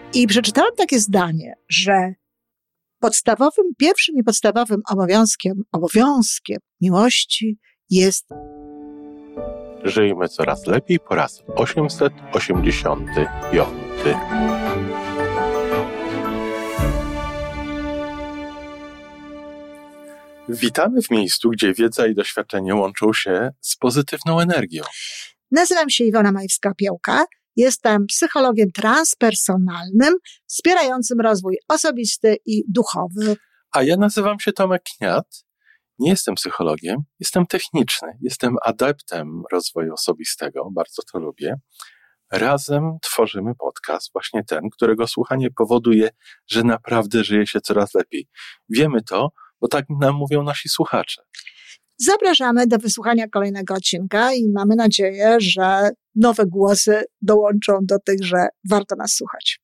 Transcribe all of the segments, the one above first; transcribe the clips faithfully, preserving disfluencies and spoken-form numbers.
I przeczytałam takie zdanie, że podstawowym, pierwszym i podstawowym obowiązkiem, obowiązkiem miłości jest... Żyjmy coraz lepiej po raz osiemset osiemdziesiąty piąty. Witamy w miejscu, gdzie wiedza i doświadczenie łączą się z pozytywną energią. Nazywam się Iwona Majewska-Piołka. Jestem psychologiem transpersonalnym, wspierającym rozwój osobisty i duchowy. A ja nazywam się Tomek Kniat. Nie jestem psychologiem, jestem techniczny. Jestem adeptem rozwoju osobistego, bardzo to lubię. Razem tworzymy podcast, właśnie ten, którego słuchanie powoduje, że naprawdę żyje się coraz lepiej. Wiemy to, bo tak nam mówią nasi słuchacze. Zapraszamy do wysłuchania kolejnego odcinka i mamy nadzieję, że nowe głosy dołączą do tych, że warto nas słuchać.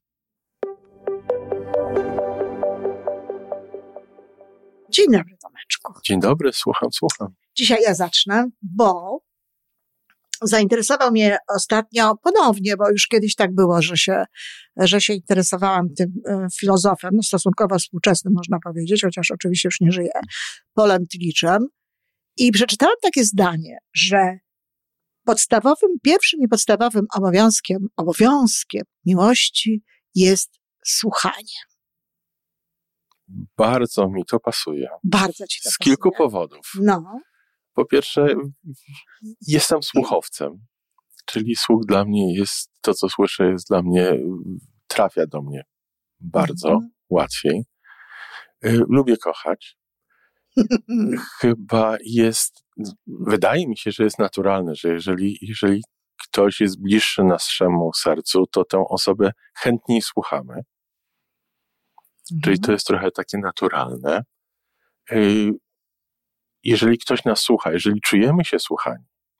Dzień dobry, Tomeczku. Dzień dobry, słucham, słucham. Dzisiaj ja zacznę, bo zainteresował mnie ostatnio ponownie, bo już kiedyś tak było, że się, że się interesowałam tym filozofem, no stosunkowo współczesnym można powiedzieć, chociaż oczywiście już nie żyje, Paulem Tillichem. I przeczytałam takie zdanie, że podstawowym, pierwszym i podstawowym obowiązkiem, obowiązkiem miłości jest słuchanie. Bardzo mi to pasuje. Bardzo ci to Z pasuje. kilku powodów. No. Po pierwsze, jestem słuchowcem, czyli słuch dla mnie jest, to co słyszę jest dla mnie, trafia do mnie bardzo mhm. łatwiej. Lubię kochać. Chyba jest, wydaje mi się, że jest naturalne, że jeżeli, jeżeli ktoś jest bliższy naszemu sercu, to tę osobę chętniej słuchamy. Mhm. Czyli to jest trochę takie naturalne. Jeżeli ktoś nas słucha, jeżeli czujemy się słuchani,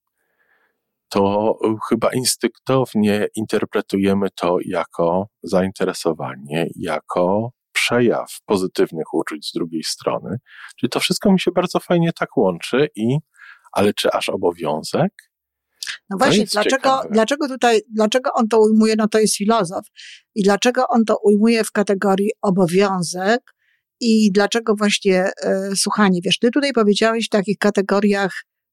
to chyba instynktownie interpretujemy to jako zainteresowanie, jako przejaw pozytywnych uczuć z drugiej strony. Czyli to wszystko mi się bardzo fajnie tak łączy i, ale czy aż obowiązek? No właśnie, dlaczego, dlaczego tutaj, dlaczego on to ujmuje, no to jest filozof, i dlaczego on to ujmuje w kategorii obowiązek i dlaczego właśnie e, słuchanie, wiesz, ty tutaj powiedziałeś w takich kategoriach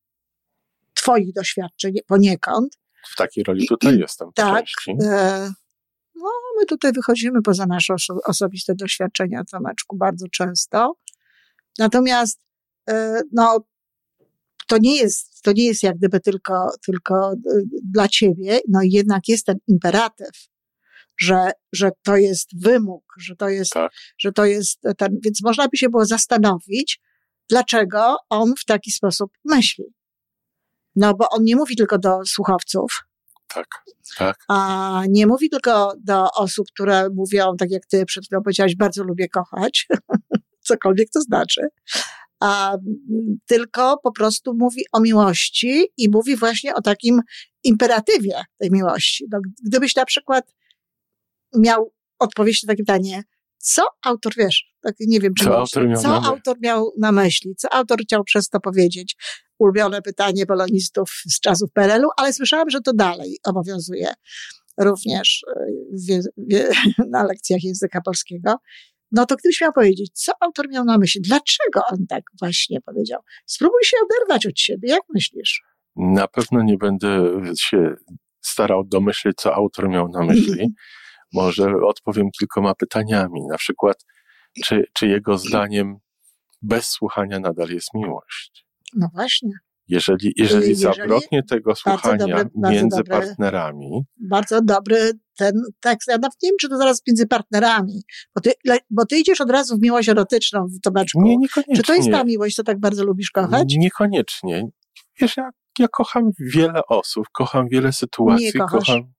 twoich doświadczeń poniekąd. W takiej roli tutaj I, jestem. Tak, e, no my tutaj wychodzimy poza nasze oso- osobiste doświadczenia, Tomeczku, bardzo często. Natomiast e, no to nie jest, to nie jest jak gdyby tylko, tylko dla ciebie, no i jednak jest ten imperatyw, że, że to jest wymóg, że to jest, tak. że to jest ten, więc można by się było zastanowić, dlaczego on w taki sposób myśli. No bo on nie mówi tylko do słuchowców. Tak, tak. A nie mówi tylko do osób, które mówią, tak jak ty przed chwilą powiedziałaś, bardzo lubię kochać, cokolwiek to znaczy. A tylko po prostu mówi o miłości i mówi właśnie o takim imperatywie tej miłości. No, gdybyś na przykład miał odpowiedzieć na takie pytanie, co autor, wiesz, tak nie wiem, czy co, myśli, autor miał, co na autor miał na myśli, co autor chciał przez to powiedzieć. Ulubione pytanie polonistów z czasów P R L u, ale słyszałam, że to dalej obowiązuje również wie, wie, na lekcjach języka polskiego. No to gdybyś miał powiedzieć, co autor miał na myśli, dlaczego on tak właśnie powiedział? Spróbuj się oderwać od siebie, jak myślisz? Na pewno nie będę się starał domyślić, co autor miał na myśli. Może odpowiem kilkoma pytaniami. Na przykład, czy, czy jego zdaniem bez słuchania nadal jest miłość? No właśnie. Jeżeli, jeżeli, jeżeli zabraknie tego słuchania dobre, między dobre, partnerami. Bardzo dobry ten tekst. Ja nawet nie wiem, czy to zaraz między partnerami. Bo ty, bo ty idziesz od razu w miłość erotyczną, Tomeczku. Nie, niekoniecznie. Czy to jest ta miłość, co tak bardzo lubisz kochać? Niekoniecznie. Wiesz, ja, ja kocham wiele osób, kocham wiele sytuacji. Nie kochasz. Kocham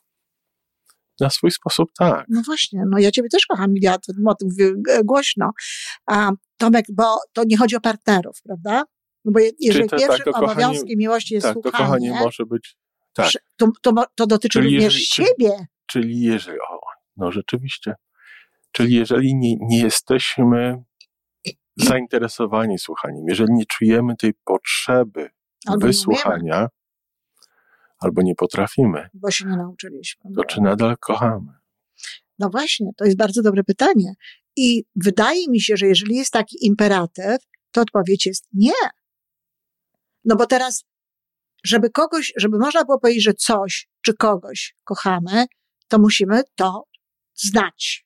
na swój sposób, tak. No właśnie, no ja ciebie też kocham, ja o tym mówię głośno. A Tomek, bo to nie chodzi o partnerów, prawda? No bo jeżeli to, pierwszym tak, obowiązkiem kochanie, kochanie jest tak, słuchanie, to kochanie może być, tak. to, to, to dotyczy czyli również jeżeli, siebie. Czyli, czyli jeżeli, o, no rzeczywiście, czyli jeżeli nie, nie jesteśmy zainteresowani słuchaniem, jeżeli nie czujemy tej potrzeby albo wysłuchania, albo nie potrafimy, bo się nie nauczyliśmy. to czy nadal kochamy? No właśnie, to jest bardzo dobre pytanie. I wydaje mi się, że jeżeli jest taki imperatyw, to odpowiedź jest nie. No bo teraz, żeby kogoś, żeby można było powiedzieć, że coś czy kogoś kochamy, to musimy to znać.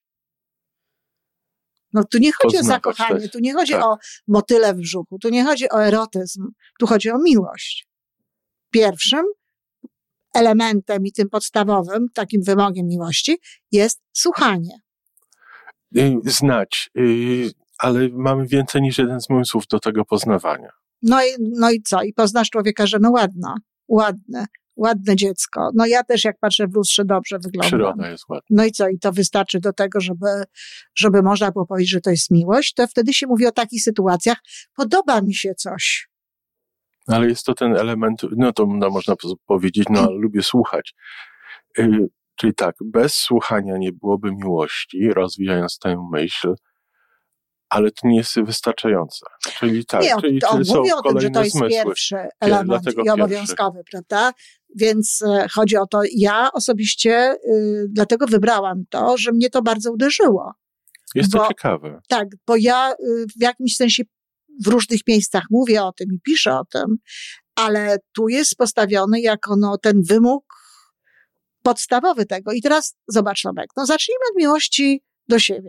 No tu nie chodzi Poznawać, o zakochanie, tak. tu nie chodzi tak. o motyle w brzuchu, tu nie chodzi o erotyzm, tu chodzi o miłość. Pierwszym elementem i tym podstawowym, takim wymogiem miłości jest słuchanie. Znać, ale mamy więcej niż jeden zmysłów do tego poznawania. No i, no i co? I poznasz człowieka, że no ładno, ładne, ładne dziecko. No ja też jak patrzę w lustrze dobrze wyglądam. Przyroda jest ładna. No i co? I to wystarczy do tego, żeby, żeby można było powiedzieć, że to jest miłość. To wtedy się mówi o takich sytuacjach, podoba mi się coś. Ale jest to ten element, no to no, można powiedzieć, no lubię słuchać. Yy, czyli tak, bez słuchania nie byłoby miłości, rozwijając tę myśl, ale to nie jest wystarczające. Czyli tak, nie, czyli, to czyli są mówię o tym, że to jest zmysły. pierwszy element i obowiązkowy, pierwszy. Prawda? Więc e, chodzi o to, ja osobiście y, dlatego wybrałam to, że mnie to bardzo uderzyło. Jest bo, to ciekawe. Tak, bo ja y, w jakimś sensie w różnych miejscach mówię o tym i piszę o tym, ale tu jest postawiony jako no, ten wymóg podstawowy tego. I teraz zobacz, Tomek, no zacznijmy od miłości do siebie.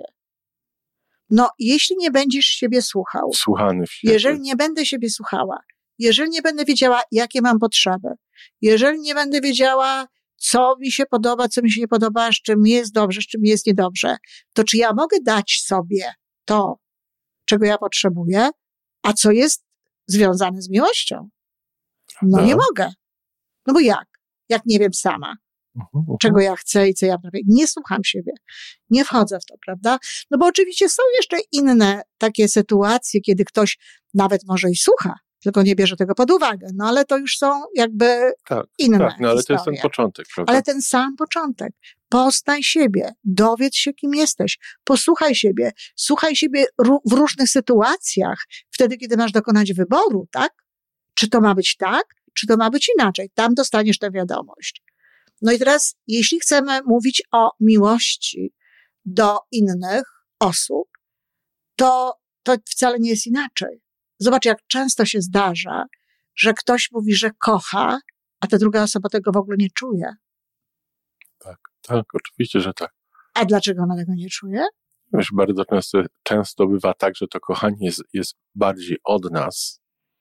No, jeśli nie będziesz siebie słuchał, Słuchany w siebie. jeżeli nie będę siebie słuchała, jeżeli nie będę wiedziała, jakie mam potrzeby, jeżeli nie będę wiedziała, co mi się podoba, co mi się nie podoba, z czym jest dobrze, z czym jest niedobrze, to czy ja mogę dać sobie to, czego ja potrzebuję, a co jest związane z miłością? No nie mogę. No bo jak? Jak nie wiem sama, uh-huh, uh-huh. czego ja chcę i co ja prawie. Nie słucham siebie. Nie wchodzę w to, prawda? No bo oczywiście są jeszcze inne takie sytuacje, kiedy ktoś nawet może i słucha, tylko nie bierze tego pod uwagę. No ale to już są jakby tak, inne tak, no ale historie. to jest ten początek, prawda? Ale ten sam początek. Poznaj siebie, dowiedz się, kim jesteś, posłuchaj siebie, słuchaj siebie w różnych sytuacjach, wtedy, kiedy masz dokonać wyboru, tak? Czy to ma być tak, czy to ma być inaczej? Tam dostaniesz tę wiadomość. No i teraz, jeśli chcemy mówić o miłości do innych osób, to, to wcale nie jest inaczej. Zobacz, jak często się zdarza, że ktoś mówi, że kocha, a ta druga osoba tego w ogóle nie czuje. Tak, tak, oczywiście, że tak. A dlaczego ona tego nie czuje? Wiesz, bardzo często, często bywa tak, że to kochanie jest, jest bardziej od nas,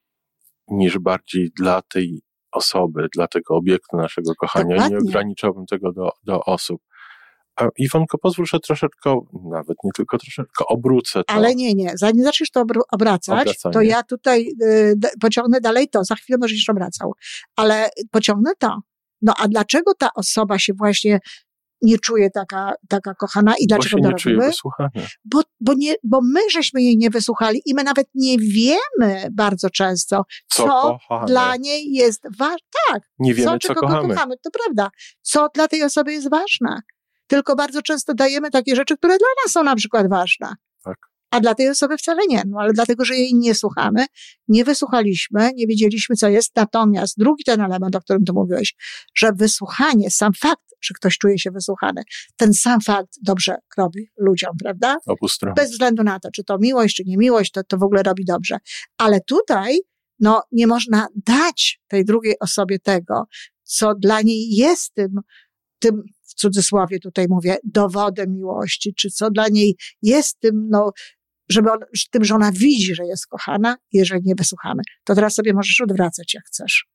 niż bardziej dla tej osoby, dla tego obiektu naszego kochania. Dokładnie. Nie ograniczałbym tego do, do osób. A Iwonko, pozwól, że troszeczkę, nawet nie tylko troszeczkę, obrócę to. Ale nie, nie. Zanim zaczniesz to obr- obracać, Obracanie. to ja tutaj y, d- pociągnę dalej to. Za chwilę możesz obracał. Ale pociągnę to. No a dlaczego ta osoba się właśnie nie czuje taka, taka kochana i dlaczego Bo się to nie czuje robimy? wysłuchana. Bo, bo, nie, bo my żeśmy jej nie wysłuchali i my nawet nie wiemy bardzo często, co, co dla niej jest ważne. Tak. Nie wiemy, co, co czy kogo kochamy. kochamy. To prawda. Co dla tej osoby jest ważne. Tylko bardzo często dajemy takie rzeczy, które dla nas są na przykład ważne. Tak. A dla tej osoby wcale nie. No ale dlatego, że jej nie słuchamy, nie wysłuchaliśmy, nie wiedzieliśmy, co jest. Natomiast drugi ten element, o którym tu mówiłeś, że wysłuchanie, sam fakt, że ktoś czuje się wysłuchany, ten sam fakt dobrze robi ludziom, prawda? Obu stron. Bez względu na to, czy to miłość, czy nie miłość, to, to w ogóle robi dobrze. Ale tutaj, no, nie można dać tej drugiej osobie tego, co dla niej jest tym, tym, w cudzysłowie tutaj mówię, dowodem miłości, czy co dla niej jest tym, no, żeby on, tym, że ona widzi, że jest kochana, jeżeli nie wysłuchamy. To teraz sobie możesz odwracać, jak chcesz.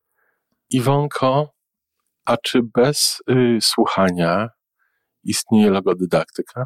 Iwonko, a czy bez y, słuchania istnieje logodydaktyka?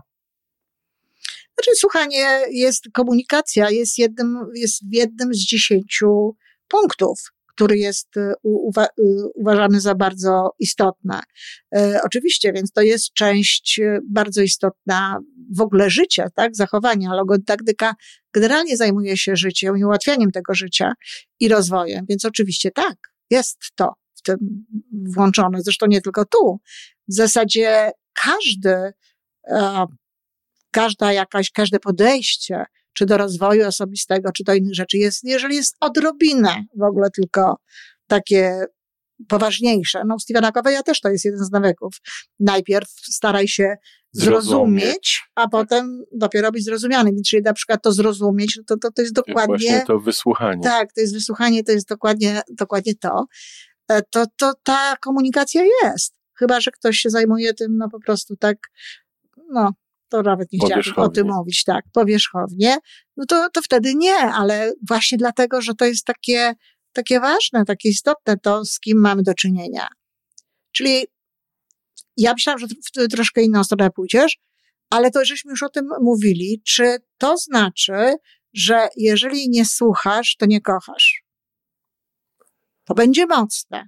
Znaczy, słuchanie jest, komunikacja jest jednym, jest jednym z dziesięciu punktów, który jest uwa- uważany za bardzo istotny. E, oczywiście, więc to jest część bardzo istotna w ogóle życia, tak, zachowania. Logodydaktyka generalnie zajmuje się życiem i ułatwianiem tego życia i rozwojem, więc oczywiście tak, jest to w tym włączone. Zresztą nie tylko tu. W zasadzie każdy, e, każda jakaś, każde podejście, czy do rozwoju osobistego, czy do innych rzeczy jest, jeżeli jest odrobinę w ogóle tylko takie poważniejsze. No u Stephena Coveya też to jest jeden z nawyków. Najpierw staraj się zrozumieć, zrozumieć a tak. potem dopiero być zrozumiany. Więc jeżeli na przykład to zrozumieć, to, to, to jest dokładnie... Właśnie to wysłuchanie. Tak, to jest wysłuchanie, to jest dokładnie, dokładnie to. To, to ta komunikacja jest. Chyba że ktoś się zajmuje tym, no po prostu tak, no, to nawet nie chciałabym o tym mówić, tak, powierzchownie, no to, to wtedy nie, ale właśnie dlatego, że to jest takie, takie ważne, takie istotne to, z kim mamy do czynienia. Czyli ja myślałam, że w troszkę inną stronę pójdziesz, ale to żeśmy już o tym mówili. Czy to znaczy, że jeżeli nie słuchasz, to nie kochasz? To będzie mocne.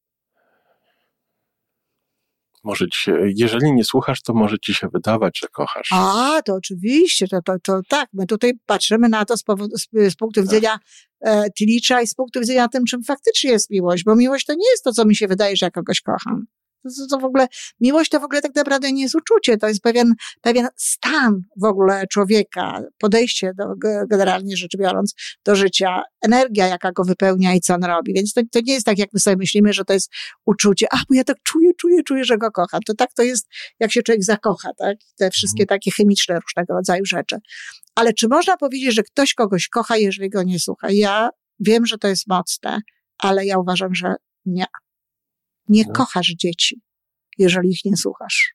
Może ci się, jeżeli nie słuchasz, to może ci się wydawać, że kochasz. A, to oczywiście, to, to, to tak. My tutaj patrzymy na to z, powodu, z, z punktu widzenia e, Tillicha i z punktu widzenia tym, czym faktycznie jest miłość, bo miłość to nie jest to, co mi się wydaje, że ja kogoś kocham. To, to w ogóle, miłość to w ogóle tak naprawdę nie jest uczucie, to jest pewien, pewien stan w ogóle człowieka, podejście do, generalnie rzecz biorąc, do życia, energia, jaka go wypełnia i co on robi. Więc to, to nie jest tak, jak my sobie myślimy, że to jest uczucie, a bo ja tak czuję, czuję, czuję, że go kocham. To tak to jest, jak się człowiek zakocha, tak? Te wszystkie takie chemiczne różnego rodzaju rzeczy. Ale czy można powiedzieć, że ktoś kogoś kocha, jeżeli go nie słucha? Ja wiem, że to jest mocne, ale ja uważam, że nie. Nie no. kochasz dzieci, jeżeli ich nie słuchasz.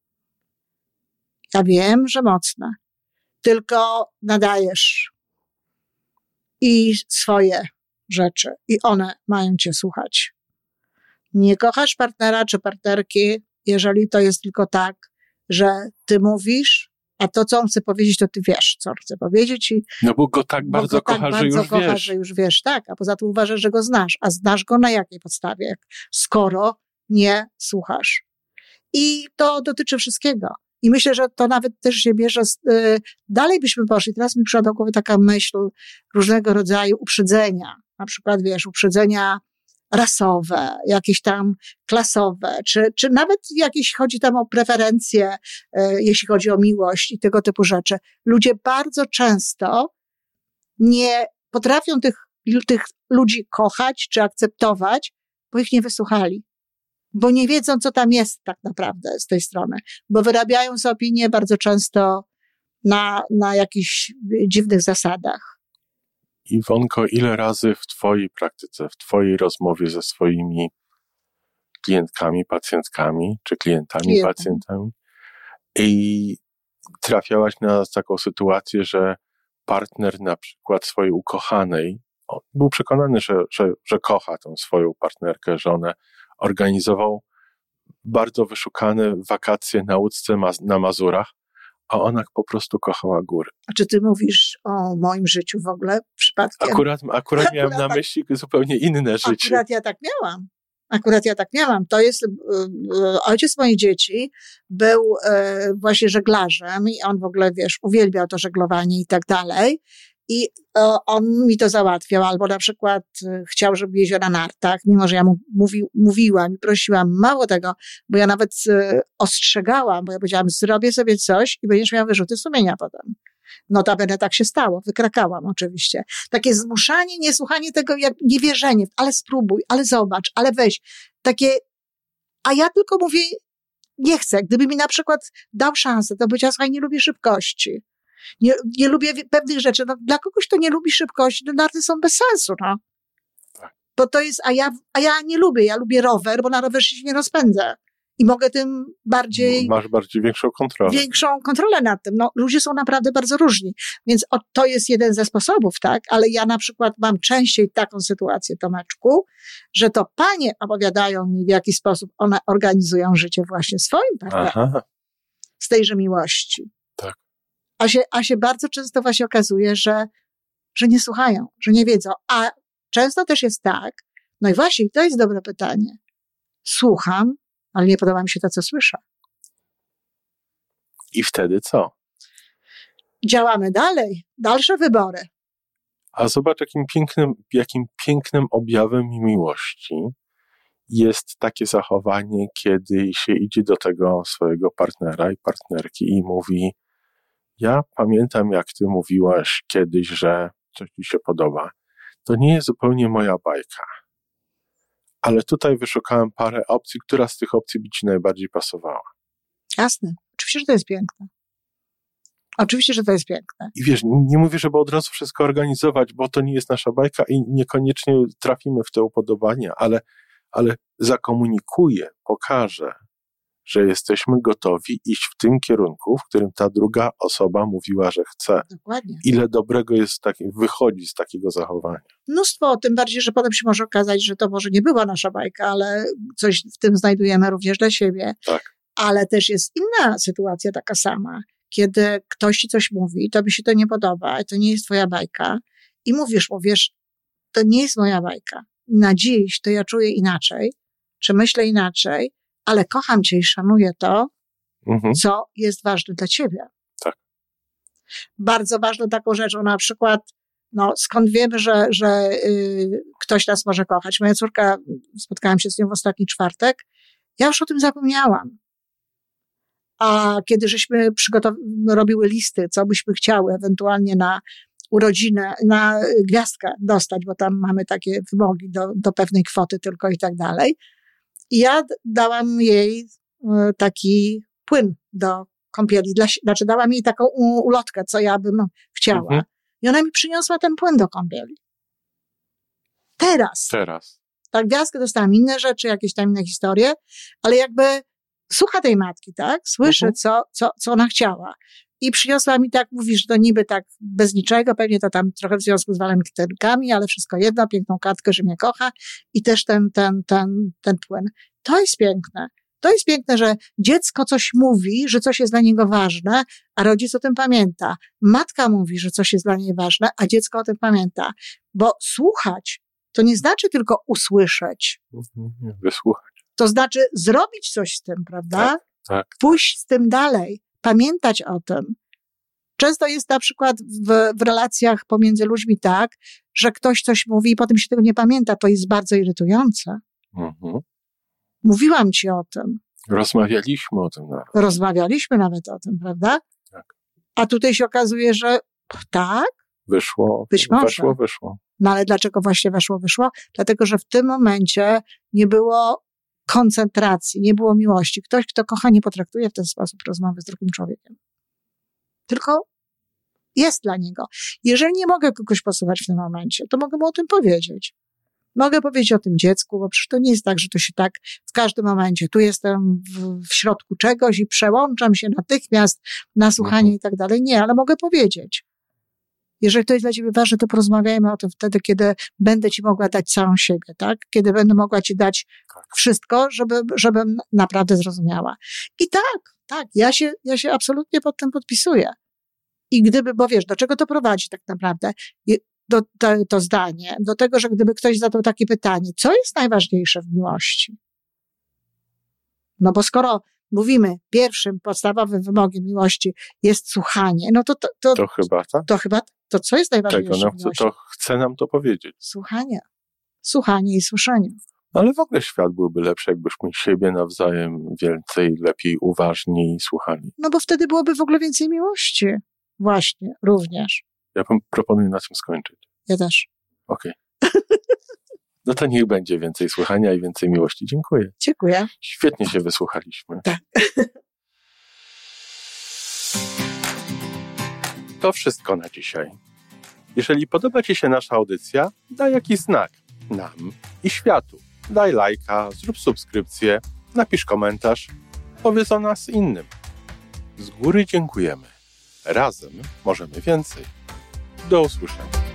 Ja wiem, że mocne. Tylko nadajesz i swoje rzeczy i one mają cię słuchać. Nie kochasz partnera czy partnerki, jeżeli to jest tylko tak, że ty mówisz, a to, co on chce powiedzieć, to ty wiesz, co on chce powiedzieć. I no bo go tak bardzo go kocha, tak że, bardzo już kocha wiesz. że już wiesz. Tak, a poza tym uważasz, że go znasz. A znasz go na jakiej podstawie? Skoro nie słuchasz. I to dotyczy wszystkiego. I myślę, że to nawet też się bierze, z, y, dalej byśmy poszli. Teraz mi przyszła do głowy taka myśl różnego rodzaju uprzedzenia. Na przykład, wiesz, uprzedzenia rasowe, jakieś tam klasowe, czy, czy nawet jakieś chodzi tam o preferencje, y, jeśli chodzi o miłość i tego typu rzeczy. Ludzie bardzo często nie potrafią tych, tych ludzi kochać czy akceptować, bo ich nie wysłuchali. Bo nie wiedzą, co tam jest tak naprawdę z tej strony. Bo wyrabiają sobie opinie bardzo często na, na jakichś dziwnych zasadach. Iwonko, ile razy w twojej praktyce, w twojej rozmowie ze swoimi klientkami, pacjentkami, czy klientami, Klientami. pacjentami i trafiałaś na taką sytuację, że partner na przykład swojej ukochanej był przekonany, że, że, że kocha tą swoją partnerkę, żonę, organizował bardzo wyszukane wakacje na łódce na Mazurach, a ona po prostu kochała góry. A czy ty mówisz o moim życiu w ogóle przypadkiem? Akurat, akurat miałem akurat na myśli tak, zupełnie inne życie. Akurat ja tak miałam. Akurat ja tak miałam. To jest, yy, ojciec moich dzieci był yy, właśnie żeglarzem i on w ogóle, wiesz, uwielbiał to żeglowanie i tak dalej. I on mi to załatwiał, albo na przykład chciał, żeby jeździł na nartach, mimo że ja mu mówi, mówiłam i prosiłam, mało tego, bo ja nawet ostrzegałam, bo ja powiedziałam, zrobię sobie coś i będziesz miał wyrzuty sumienia potem. Notabene tak się stało, wykrakałam oczywiście. Takie zmuszanie, niesłuchanie tego, jak niewierzenie, ale spróbuj, ale zobacz, ale weź. Takie, a ja tylko mówię, nie chcę. Gdyby mi na przykład dał szansę, to powiedziała, słuchaj, nie lubię szybkości. Nie, nie lubię pewnych rzeczy. No, dla kogoś, kto nie lubi szybkości, to narty są bez sensu, no. Tak. Bo to jest, a ja, a ja nie lubię. Ja lubię rower, bo na rowerze się nie rozpędzę. I mogę tym bardziej... Masz bardziej większą kontrolę. Większą kontrolę nad tym. No, ludzie są naprawdę bardzo różni. Więc o, to jest jeden ze sposobów, tak? Ale ja na przykład mam częściej taką sytuację, Tomeczku, że to panie opowiadają mi, w jaki sposób one organizują życie właśnie swoim partnerom. Z tejże miłości. Tak. A się, a się bardzo często właśnie okazuje, że, że nie słuchają, że nie wiedzą. A często też jest tak, no i właśnie, to jest dobre pytanie. Słucham, ale nie podoba mi się to, co słyszę. I wtedy co? Działamy dalej, dalsze wybory. A zobacz, jakim pięknym, jakim pięknym objawem miłości jest takie zachowanie, kiedy się idzie do tego swojego partnera i partnerki i mówi, ja pamiętam, jak ty mówiłaś kiedyś, że coś ci się podoba. To nie jest zupełnie moja bajka. Ale tutaj wyszukałem parę opcji, która z tych opcji by ci najbardziej pasowała. Jasne. Oczywiście, że to jest piękne. Oczywiście, że to jest piękne. I wiesz, nie mówię, żeby od razu wszystko organizować, bo to nie jest nasza bajka i niekoniecznie trafimy w te upodobania, ale, ale zakomunikuję, pokażę, że jesteśmy gotowi iść w tym kierunku, w którym ta druga osoba mówiła, że chce. Dokładnie. Ile dobrego jest taki, wychodzi z takiego zachowania. Mnóstwo, tym bardziej, że potem się może okazać, że to może nie była nasza bajka, ale coś w tym znajdujemy również dla siebie. Tak. Ale też jest inna sytuacja taka sama, kiedy ktoś ci coś mówi, tobie się to nie podoba, to nie jest twoja bajka i mówisz mu, wiesz, to nie jest moja bajka. Na dziś to ja czuję inaczej, czy myślę inaczej, ale kocham cię i szanuję to, mhm. co jest ważne dla ciebie. Tak. Bardzo ważną taką rzeczą, na przykład, no, skąd wiemy, że, że yy, ktoś nas może kochać. Moja córka, spotkałam się z nią w ostatni czwartek, ja już o tym zapomniałam. A kiedy żeśmy przygotow- robiły listy, co byśmy chciały ewentualnie na urodzinę, na gwiazdkę dostać, bo tam mamy takie wymogi do, do pewnej kwoty tylko i tak dalej. I ja dałam jej taki płyn do kąpieli, dla, znaczy dałam jej taką ulotkę, co ja bym chciała. Mhm. I ona mi przyniosła ten płyn do kąpieli. Teraz. Teraz. Tak, gwiazdkę dostałam inne rzeczy, jakieś tam inne historie, ale jakby słucha tej matki, tak? Słyszy, mhm. co, co, co ona chciała. I przyniosła mi, tak mówisz, to niby tak bez niczego, pewnie to tam trochę w związku z walentynkami, ale wszystko jedno, piękną kartkę, że mnie kocha i też ten, ten, ten, ten płyn. To jest piękne. To jest piękne, że dziecko coś mówi, że coś jest dla niego ważne, a rodzic o tym pamięta. Matka mówi, że coś jest dla niej ważne, a dziecko o tym pamięta. Bo słuchać to nie znaczy tylko usłyszeć. Wysłuchać. To znaczy zrobić coś z tym, prawda? Tak, tak. Pójść z tym dalej. Pamiętać o tym. Często jest na przykład w, w relacjach pomiędzy ludźmi tak, że ktoś coś mówi i potem się tego nie pamięta. To jest bardzo irytujące. Mhm. Mówiłam ci o tym. Rozmawialiśmy o tym nawet. Rozmawialiśmy nawet o tym, prawda? Tak. A tutaj się okazuje, że tak? Wyszło, Być może. weszło, wyszło. No ale dlaczego właśnie weszło, wyszło? Dlatego, że w tym momencie nie było koncentracji, nie było miłości. Ktoś, kto kocha, nie potraktuje w ten sposób rozmowy z drugim człowiekiem. Tylko jest dla niego. Jeżeli nie mogę kogoś posłuchać w tym momencie, to mogę mu o tym powiedzieć. Mogę powiedzieć o tym dziecku, bo przecież to nie jest tak, że to się tak w każdym momencie, tu jestem w, w środku czegoś i przełączam się natychmiast na słuchanie mhm. i tak dalej. Nie, ale mogę powiedzieć. Jeżeli to jest dla ciebie ważne, to porozmawiajmy o tym wtedy, kiedy będę ci mogła dać całą siebie, tak? Kiedy będę mogła ci dać wszystko, żeby, żebym naprawdę zrozumiała. I tak, tak, ja się, ja się absolutnie pod tym podpisuję. I gdyby, bo wiesz, do czego to prowadzi tak naprawdę? Do, to, to zdanie, do tego, że gdyby ktoś zadał takie pytanie, co jest najważniejsze w miłości? No bo skoro mówimy, pierwszym podstawowym wymogiem miłości jest słuchanie, no to to, to, to chyba tak. To chyba, to co jest najważniejsze Tego nam, w miłości? To chce nam to powiedzieć. Słuchanie. Słuchanie i słyszenie. Ale w ogóle świat byłby lepszy, jakbyśmy siebie nawzajem więcej, lepiej, uważniej słuchali. No bo wtedy byłoby w ogóle więcej miłości. Właśnie, również. Ja bym proponuję na tym skończyć. Ja też. Okej. Okay. No to niech będzie więcej słuchania i więcej miłości. Dziękuję. Dziękuję. Świetnie się wysłuchaliśmy. Tak. To wszystko na dzisiaj. Jeżeli podoba ci się nasza audycja, daj jakiś znak nam i światu. Daj lajka, zrób subskrypcję, napisz komentarz, powiedz o nas innym. Z góry dziękujemy. Razem możemy więcej. Do usłyszenia.